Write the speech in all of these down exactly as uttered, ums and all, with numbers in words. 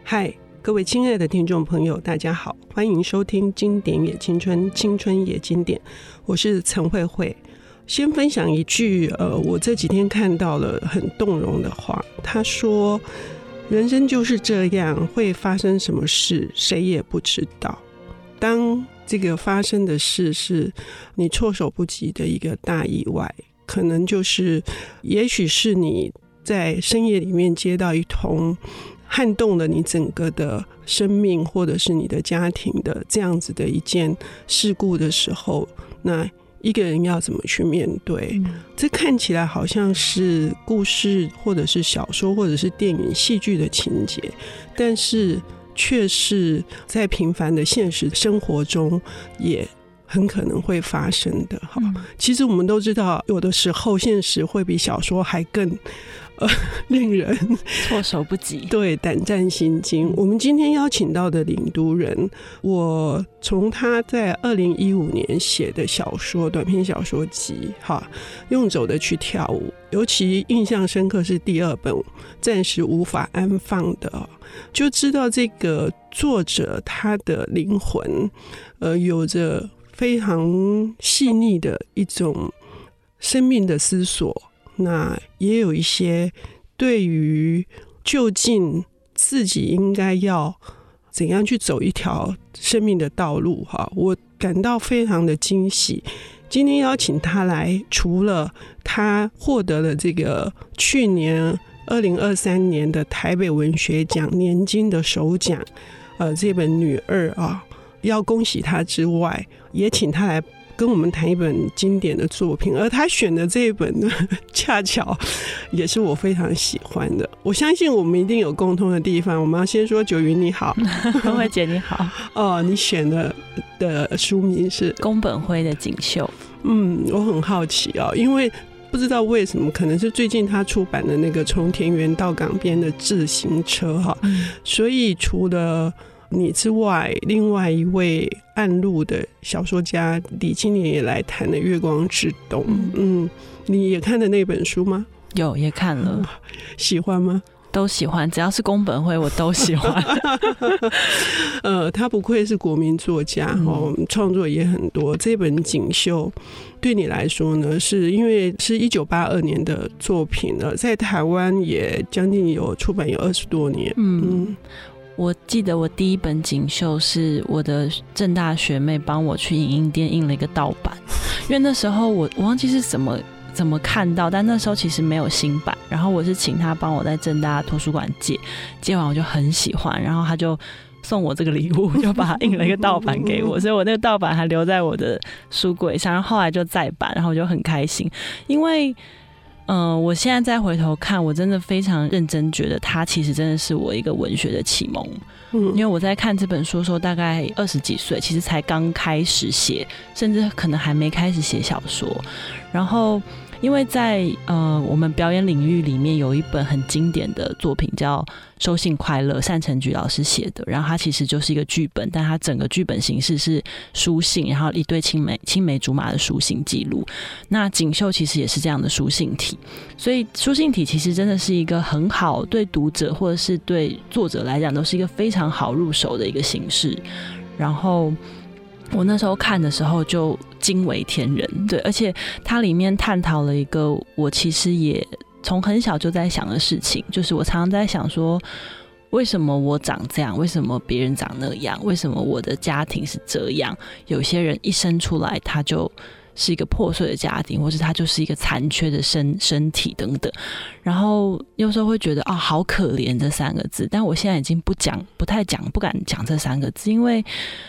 嗨，各位亲爱的听众朋友大家好，欢迎收听经典也青春，青春也经典，我是陈慧慧。先分享一句呃，我这几天看到了很动容的话，他说人生就是这样，会发生什么事谁也不知道，当这个发生的事是你措手不及的一个大意外，可能就是也许是你在深夜里面接到一通撼动了你整个的生命或者是你的家庭的这样子的一件事故的时候，那一个人要怎么去面对、嗯、这看起来好像是故事或者是小说或者是电影戏剧的情节，但是却是在平凡的现实生活中也很可能会发生的、嗯、其实我们都知道有的时候现实会比小说还更呃，令人措手不及， 对，胆战心惊。我们今天邀请到的领读人，我从他在二零一五年写的小说短篇小说集哈，用走的去跳舞，尤其印象深刻是第二本暂时无法安放的，就知道这个作者他的灵魂呃，有着非常细腻的一种生命的思索，那也有一些对于究竟自己应该要怎样去走一条生命的道路哈，我感到非常的惊喜。今天邀请他来，除了他获得了这个去年二零二三年的台北文学奖年金的首奖，呃，这本《女二》啊，要恭喜他之外，也请他来跟我们谈一本经典的作品，而他选的这一本呢，恰巧也是我非常喜欢的。我相信我们一定有共通的地方。我们要先说九云你好， 慧姐你好。 哦，你选的的书名是宫本辉的《锦绣》。 嗯，我很好奇哦，因为不知道为什么，可能是最近他出版的那个从田园到港边的自行车哈、嗯，所以除了你之外，另外一位暗路的小说家李青年也来谈了《月光之东》。嗯, 嗯，你也看了那本书吗？ 有，也看了。嗯、 喜欢吗？ 都喜欢，只要是宫本辉我都喜欢。 呃，他不愧是国民作家，哦，创作也很多。这本《锦绣》对你来说呢，是因为是一九八二年的作品了，在台湾也将近有出版有二十多年。嗯。嗯， 我记得我第一本锦绣是我的政大学妹帮我去影印店印了一个盗版，因为那时候我我忘记是怎么怎么看到，但那时候其实没有新版，然后我是请他帮我在政大图书馆借，借完我就很喜欢，然后他就送我这个礼物，就把它印了一个盗版给我，所以我那个盗版还留在我的书柜上，然后后来就再版，然后我就很开心，因为嗯、呃，我现在再回头看，我真的非常认真觉得它其实真的是我一个文学的启蒙。嗯，因为我在看这本书的时候大概二十几岁，其实才刚开始写，甚至可能还没开始写小说。然后因为在呃我们表演领域里面有一本很经典的作品叫《收信快乐》，单成菊老师写的，然后它其实就是一个剧本，但它整个剧本形式是书信，然后一对青梅青梅竹马的书信记录。那锦绣其实也是这样的书信体，所以书信体其实真的是一个很好，对读者或者是对作者来讲都是一个非常好入手的一个形式。然后我那时候看的时候就惊为天人，对，而且它里面探讨了一个我其实也从很小就在想的事情，就是我常常在想说，为什么我长这样，为什么别人长那样，为什么我的家庭是这样，有些人一生出来他就是一个破碎的家庭，或是他就是一个残缺的身身体等等，然后有时候会觉得啊、哦，好可怜这三个字，但我现在已经不讲，不太讲，不敢讲这三个字，因为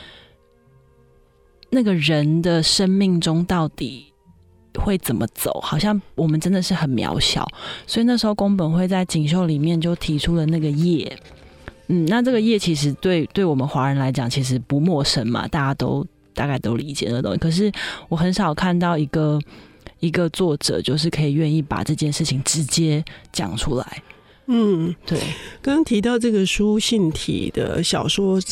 那个人的生命中到底会怎么走，好像我们真的是很渺小，所以那时候宫本辉在锦绣里面就提出了那个业，嗯，那这个业其实对对我们华人来讲其实不陌生嘛，大家都大概都理解那东西，可是我很少看到一个一个作者就是可以愿意把这件事情直接讲出来。嗯，对。 刚刚提到这个书信体的小说，这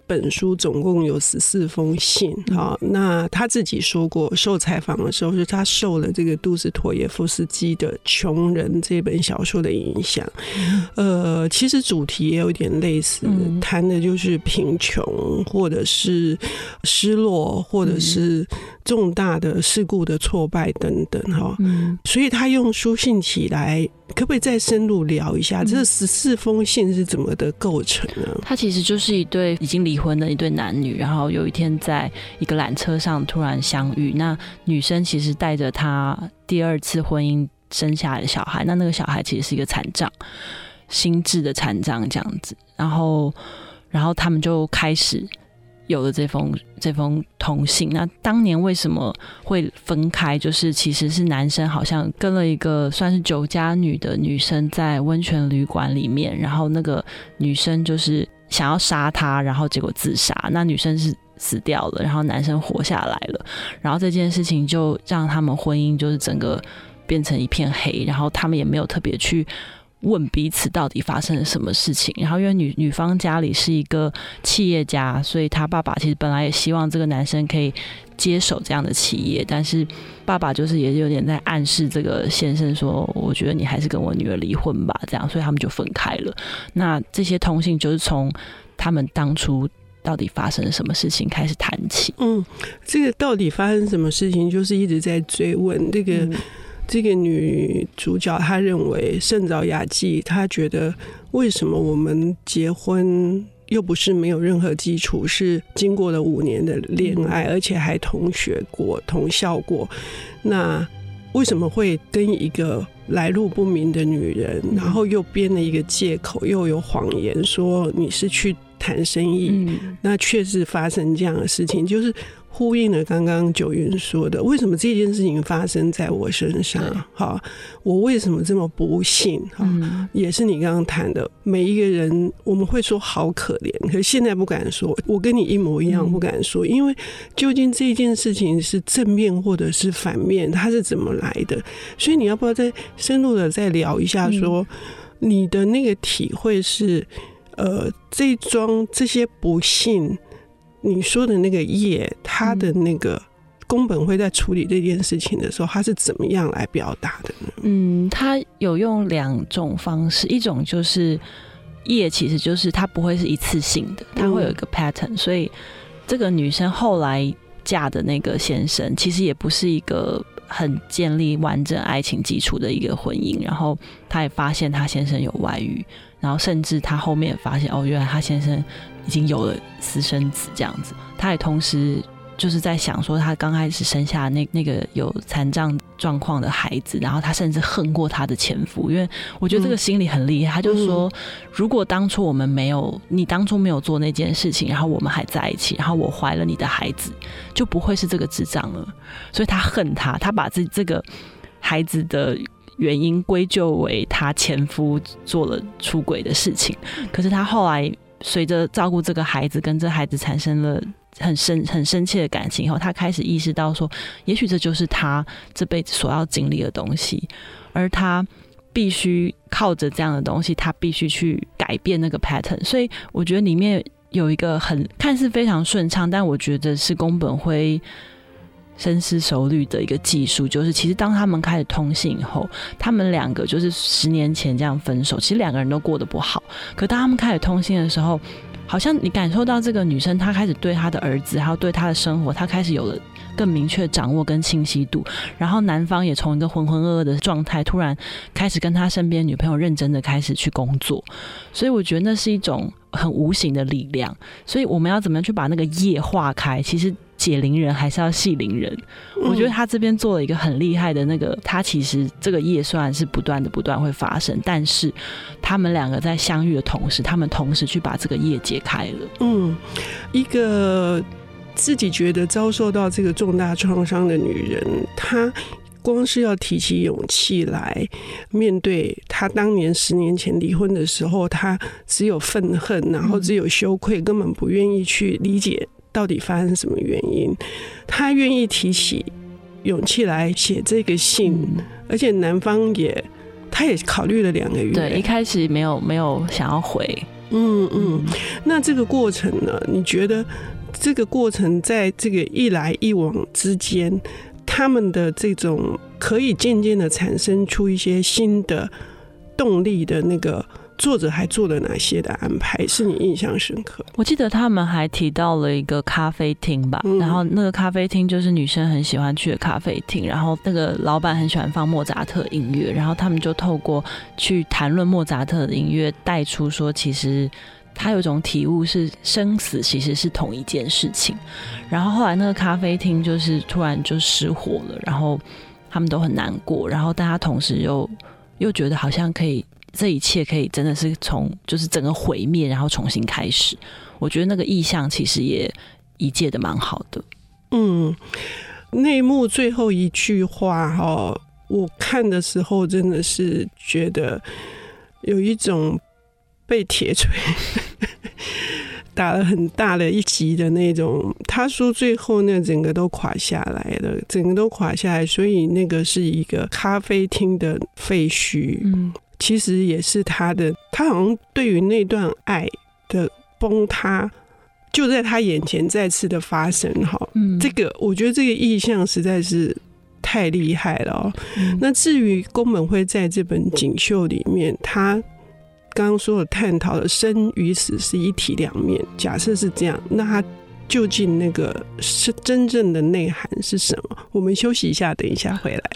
本书总共有十四封信，好，那他自己说过，受采访的时候是他受了这个杜斯妥耶夫斯基的《穷人》这本小说的影响。呃，其实主题也有点类似，谈的就是贫穷，或者是失落，或者是重大的事故的挫败等等哈。所以他用书信起来，可不可以再深入聊一下这十四封信是怎么的构成呢？ 它其实就是一对已经离婚的一对男女，然后有一天在一个缆车上突然相遇。那女生其实带着她第二次婚姻生下来的小孩，那那个小孩其实是一个残障，心智的残障这样子。然后，然后他们就开始有了这封这封通信。那当年为什么会分开？就是其实是男生好像跟了一个算是酒家女的女生在温泉旅馆里面，然后那个女生就是想要杀他，然后结果自杀。那女生是死掉了，然后男生活下来了。然后这件事情就让他们婚姻就是整个变成一片黑，然后他们也没有特别去问彼此到底发生了什么事情。然后因为 女, 女方家里是一个企业家，所以他爸爸其实本来也希望这个男生可以接手这样的企业，但是爸爸就是也有点在暗示这个先生说，我觉得你还是跟我女儿离婚吧，这样，所以他们就分开了。那这些通信就是从他们当初到底发生了什么事情开始谈起。 嗯，这个到底发生什么事情，就是一直在追问这个、嗯这个女主角她认为圣早雅纪，她觉得为什么我们结婚又不是没有任何基础，是经过了五年的恋爱，而且还同学过同校过，那为什么会跟一个来路不明的女人，然后又编了一个借口，又有谎言说你是去谈生意、嗯、那确实发生这样的事情，就是呼应了刚刚九云说的，为什么这件事情发生在我身上？好，我为什么这么不幸？嗯、也是你刚刚谈的，每一个人我们会说好可怜，可是现在不敢说，我跟你一模一样不敢说，嗯、因为究竟这件事情是正面或者是反面，它是怎么来的？所以你要不要再深入的再聊一下说，说、嗯、你的那个体会是，呃，这桩这些不幸。你说的那个业，他的那个宫本会在处理这件事情的时候，他是怎么样来表达的呢？ 嗯，他有用两种方式，一种就是业，其实就是它不会是一次性的，它会有一个 pattern、嗯、所以这个女生后来嫁的那个先生，其实也不是一个很建立完整爱情基础的一个婚姻，然后他也发现他先生有外遇，然后甚至他后面发现哦，原来他先生已经有了私生子这样子。他也同时就是在想说，他刚开始生下那那个有残障状况的孩子，然后他甚至恨过他的前夫，因为我觉得这个心理很厉害。嗯、他就说，如果当初我们没有你当初没有做那件事情，然后我们还在一起，然后我怀了你的孩子，就不会是这个智障了。所以他恨他，他把这这个孩子的原因归咎为他前夫做了出轨的事情。可是他后来随着照顾这个孩子，跟这孩子产生了很深很深切的感情以后，他开始意识到说，也许这就是他这辈子所要经历的东西，而他必须靠着这样的东西，他必须去改变那个 pattern。 所以我觉得里面有一个很看似非常顺畅，但我觉得是宫本辉深思熟虑的一个技术，就是其实当他们开始通信以后，他们两个就是十年前这样分手，其实两个人都过得不好，可当他们开始通信的时候，好像你感受到这个女生她开始对她的儿子还有对她的生活，她开始有了更明确掌握跟清晰度，然后男方也从一个浑浑噩噩的状态突然开始跟他身边女朋友认真的开始去工作，所以我觉得那是一种很无形的力量。所以我们要怎么样去把那个业化开，其实解铃人还是要系铃人、嗯、我觉得他这边做了一个很厉害的那个，他其实这个业虽然是不断的不断会发生，但是他们两个在相遇的同时，他们同时去把这个业解开了。嗯， 一个自己觉得遭受到这个重大创伤的女人，她光是要提起勇气来面对她当年十年前离婚的时候，她只有愤恨，然后只有羞愧，根本不愿意去理解到底发生什么原因。她愿意提起勇气来写这个信、嗯、而且男方也他也考虑了两个月， 对，一开始没有没有想要回， 嗯嗯，那这个过程呢？你觉得这个过程在这个一来一往之间，他们的这种可以渐渐的产生出一些新的动力的那个作者还做了哪些的安排是你印象深刻？ 我记得他们还提到了一个咖啡厅吧、嗯、然后那个咖啡厅就是女生很喜欢去的咖啡厅，然后那个老板很喜欢放莫扎特音乐，然后他们就透过去谈论莫扎特的音乐带出说其实他有一种体悟是生死其实是同一件事情，然后后来那个咖啡厅就是突然就失火了，然后他们都很难过，然后但他同时又又觉得好像可以这一切可以真的是从就是整个毁灭然后重新开始，我觉得那个意象其实也一届的蛮好的。嗯， 内幕最后一句话、哦、我看的时候真的是觉得有一种被铁锤打了很大的一击的那种，他说最后那整个都垮下来了，整个都垮下来，所以那个是一个咖啡厅的废墟，嗯，其实也是他的，他好像对于那段爱的崩塌就在他眼前再次的发生、嗯、这个我觉得这个意象实在是太厉害了、哦嗯、那至于宫本辉在这本锦绣里面他刚刚说的探讨的生与死是一体两面，假设是这样，那他究竟那个是真正的内涵是什么？我们休息一下，等一下回来。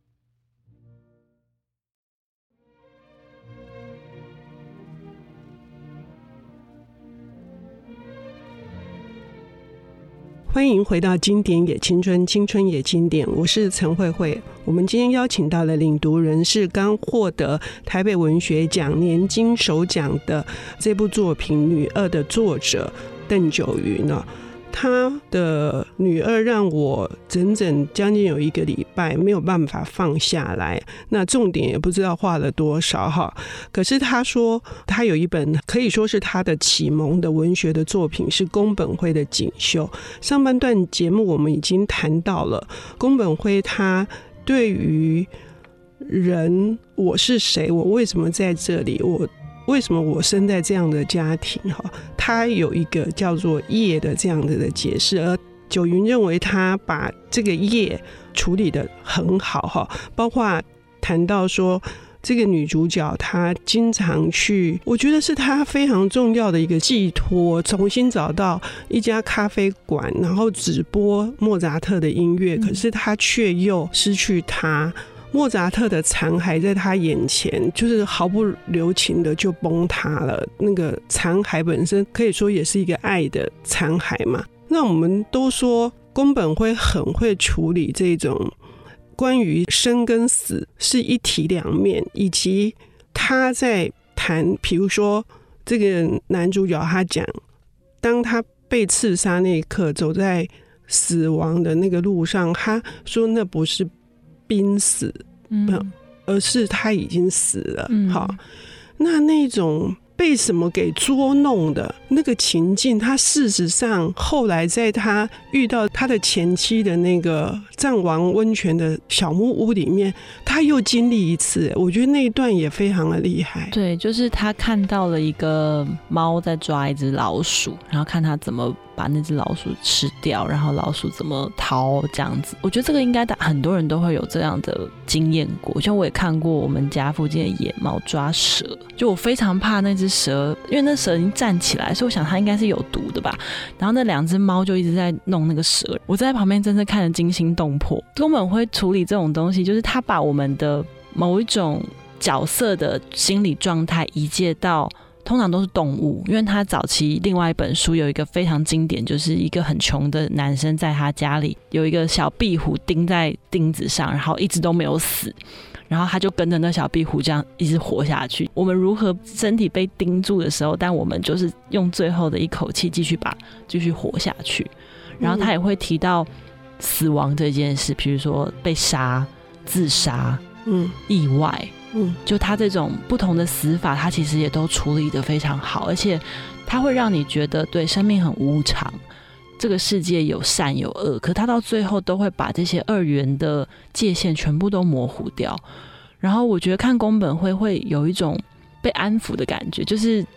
欢迎回到经典也青春，青春也经典，我是陈慧慧。我们今天邀请到的领读人是刚获得台北文学奖年金首奖的这部作品《女二》的作者邓九云呢。他的女二让我整整将近有一个礼拜没有办法放下来，那重点也不知道画了多少哈。可是他说他有一本可以说是他的启蒙的文学的作品是宫本辉的《锦绣》。上半段节目我们已经谈到了宫本辉他对于人，我是谁，我为什么在这里，我为什么我生在这样的家庭，他有一个叫做业的这样的解释，而九云认为他把这个业处理得很好，包括谈到说这个女主角她经常去，我觉得是她非常重要的一个寄托，重新找到一家咖啡馆，然后只播莫扎特的音乐，可是她却又失去她莫扎特的残骸在他眼前就是毫不留情的就崩塌了，那个残骸本身可以说也是一个爱的残骸嘛。那我们都说宫本辉很会处理这种关于生跟死是一体两面，以及他在谈比如说这个男主角他讲当他被刺杀那一刻走在死亡的那个路上，他说那不是濒死、嗯、而是他已经死了、嗯、好，那那种被什么给捉弄的那个情境，他事实上后来在他遇到他的前妻的那个藏王温泉的小木屋里面他又经历一次，我觉得那一段也非常的厉害。 对，就是他看到了一个猫在抓一只老鼠，然后看他怎么把那只老鼠吃掉，然后老鼠怎么逃这样子。我觉得这个应该很多人都会有这样的经验过，像我也看过我们家附近的野猫抓蛇，就我非常怕那只蛇，因为那蛇已经站起来，所以我想它应该是有毒的吧，然后那两只猫就一直在弄那个蛇，我在旁边真的看得惊心动魄。宫本会处理这种东西，就是他把我们的某一种角色的心理状态移介到通常都是动物，因为他早期另外一本书有一个非常经典，就是一个很穷的男生在他家里有一个小壁虎钉在钉子上，然后一直都没有死，然后他就跟着那小壁虎这样一直活下去。我们如何身体被钉住的时候，但我们就是用最后的一口气继续把继续活下去。然后他也会提到死亡这件事，比如说被杀、自杀、嗯、意外，嗯，就他这种不同的死法他其实也都处理得非常好，而且他会让你觉得对生命很无常，这个世界有善有恶，可他到最后都会把这些二元的界限全部都模糊掉。然后我觉得看宫本会会有一种被安抚的感觉，就是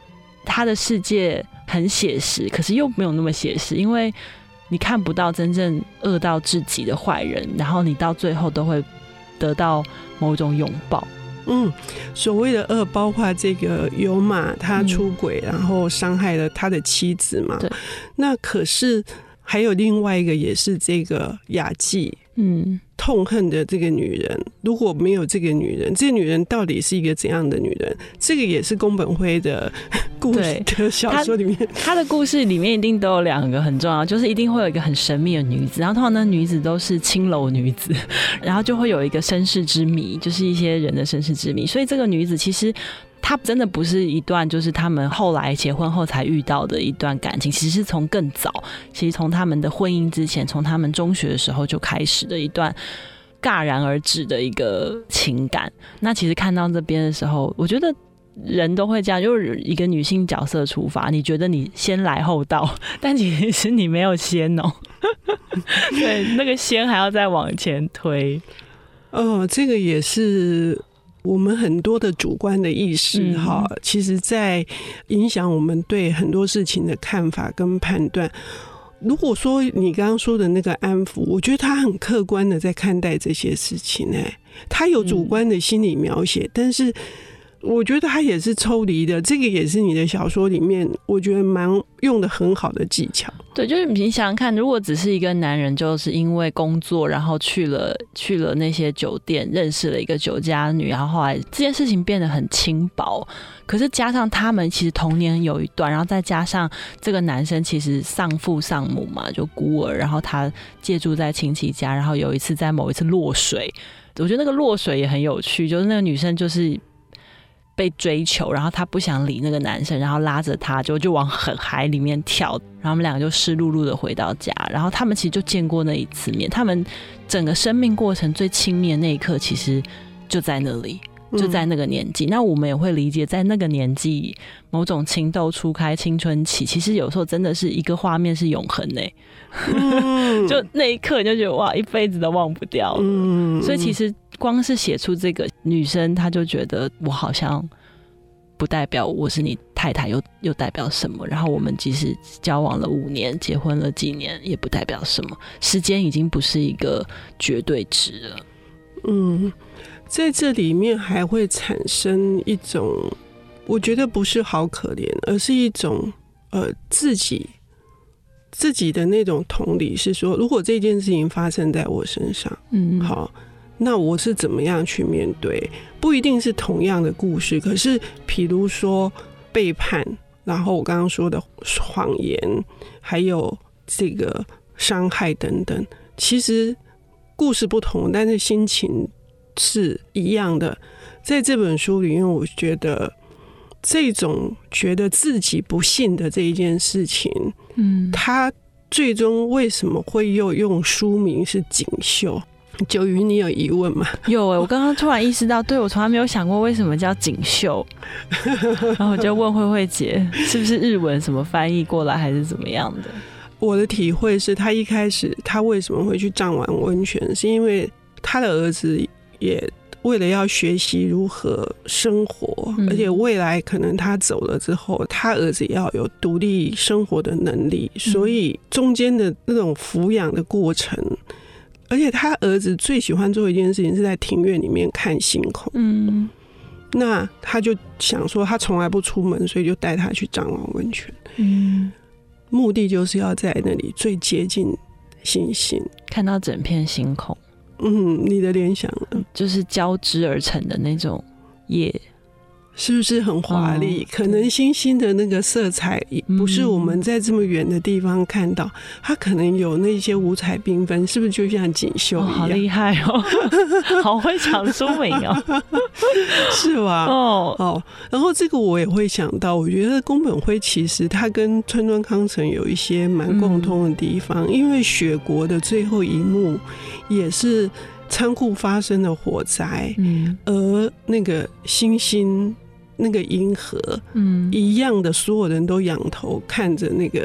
他的世界很写实，可是又没有那么写实，因为你看不到真正恶到至极的坏人，然后你到最后都会得到某种拥抱。 嗯，所谓的恶包括这个有马他出轨、嗯、然后伤害了他的妻子嘛。 对， 那可是还有另外一个也是这个雅纪，嗯，痛恨的这个女人，如果没有这个女人，这个女人到底是一个怎样的女人？这个也是宫本辉的故事的小说里面， 他的故事里面一定都有两个很重要，就是一定会有一个很神秘的女子，然后通常那女子都是青楼女子，然后就会有一个身世之谜，就是一些人的身世之谜。所以这个女子其实她真的不是一段就是他们后来结婚后才遇到的一段感情，其实是从更早，其实从他们的婚姻之前，从他们中学的时候就开始的一段戛然而止的一个情感。那其实看到这边的时候，我觉得人都会这样，就是一个女性角色出发，你觉得你先来后到，但其实你没有先哦。对，那个先还要再往前推。 哦，这个也是我们很多的主观的意识哈、嗯，其实在影响我们对很多事情的看法跟判断。如果说你刚刚说的那个安抚，我觉得他很客观的在看待这些事情、欸、他有主观的心理描写、嗯、但是我觉得他也是抽离的，这个也是你的小说里面我觉得蛮用的很好的技巧。 对，就是你想想看，如果只是一个男人就是因为工作然后去了去了那些酒店认识了一个酒家女，然后后来这件事情变得很轻薄，可是加上他们其实童年有一段，然后再加上这个男生其实丧父丧母嘛，就孤儿，然后他借住在亲戚家，然后有一次在某一次落水，我觉得那个落水也很有趣，就是那个女生就是被追求，然后他不想理那个男生，然后拉着他就就往很海里面跳，然后他们两个就湿漉漉的回到家，然后他们其实就见过那一次面，他们整个生命过程最亲密的那一刻其实就在那里，就在那个年纪、嗯、那我们也会理解在那个年纪某种情窦初开青春期，其实有时候真的是一个画面是永恒的、欸嗯、就那一刻你就觉得哇一辈子都忘不掉了、嗯、所以其实光是写出这个女生她就觉得我好像不代表我是你太太 又, 又代表什么，然后我们即使交往了五年结婚了几年也不代表什么，时间已经不是一个绝对值了。 嗯，在这里面还会产生一种我觉得不是好可怜，而是一种呃自己自己的那种同理，是说如果这件事情发生在我身上，嗯，好，那我是怎么样去面对，不一定是同样的故事，可是比如说背叛，然后我刚刚说的谎言，还有这个伤害等等，其实故事不同，但是心情是一样的。在这本书里面，我觉得这种觉得自己不幸的这一件事情，嗯，他最终为什么会又用书名是锦绣？九鱼，你有疑问吗？ 有哎、欸，我刚刚突然意识到，对，我从来没有想过为什么叫锦绣，然后我就问慧慧姐，是不是日文什么翻译过来，还是怎么样的？ 我的体会是，他一开始他为什么会去藏王温泉，是因为他的儿子也为了要学习如何生活、嗯、而且未来可能他走了之后他儿子要有独立生活的能力，所以中间的那种抚养的过程，而且他儿子最喜欢做一件事情是在庭院里面看星空，嗯，那他就想说他从来不出门，所以就带他去藏王温泉，嗯，目的就是要在那里最接近星星， 看到整片星空。 嗯，你的联想呢？ 就是交织而成的那种夜， 是不是很华丽、嗯、可能星星的那个色彩不是我们在这么远的地方看到、嗯、它可能有那些五彩缤纷，是不是就像锦绣一样、哦、 好厉害哦好会讲书名哦是吧？哦哦，然后这个我也会想到，我觉得宫本辉其实他跟川端康成有一些蛮共通的地方、嗯、因为雪国的最后一幕也是仓库发生的火灾、嗯、而那个星星那个银河、嗯、一样的，所有人都仰头看着那个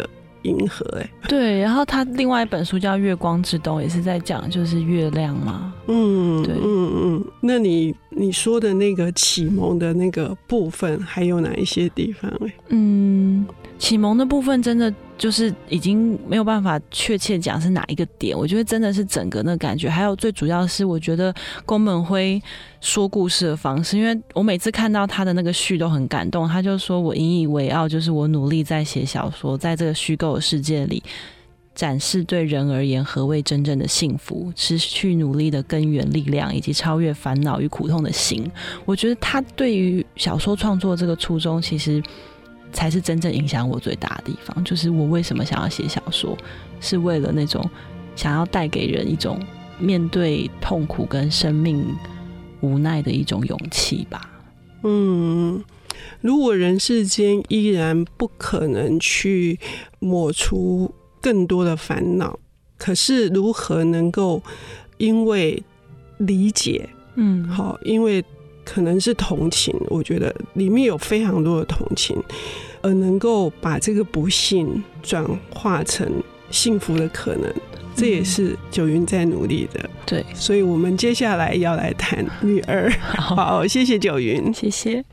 银河哎。 对，然后他另外一本书叫《月光之东》，也是在讲就是月亮嘛。 嗯， 对， 嗯嗯。那你你说的那个启蒙的那个部分，还有哪一些地方哎？ 嗯，启蒙的部分真的就是已经没有办法确切讲是哪一个点，我觉得真的是整个那感觉，还有最主要是我觉得宫本辉说故事的方式，因为我每次看到他的那个序都很感动，他就说我引以为傲，就是我努力在写小说，在这个虚构的世界里展示对人而言何谓真正的幸福，持续努力的根源力量，以及超越烦恼与苦痛的心。我觉得他对于小说创作这个初衷，其实才是真正影响我最大的地方。就是我为什么想要写小说，是为了那种想要带给人一种面对痛苦跟生命无奈的一种勇气吧。 嗯，如果人世间依然不可能去抹除更多的烦恼，可是如何能够因为理解，嗯，好，因为可能是同情，我觉得里面有非常多的同情，而能够把这个不幸转化成幸福的可能，这也是九云在努力的。 对， 所以我们接下来要来谈女儿。好，好，谢谢九云， 谢谢。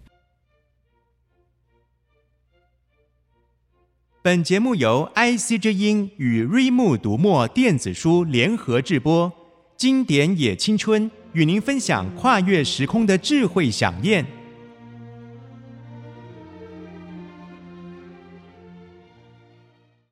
本节目由 I C 之音与瑞木读墨电子书联合制播，经典也青春与您分享跨越时空的智慧饗宴。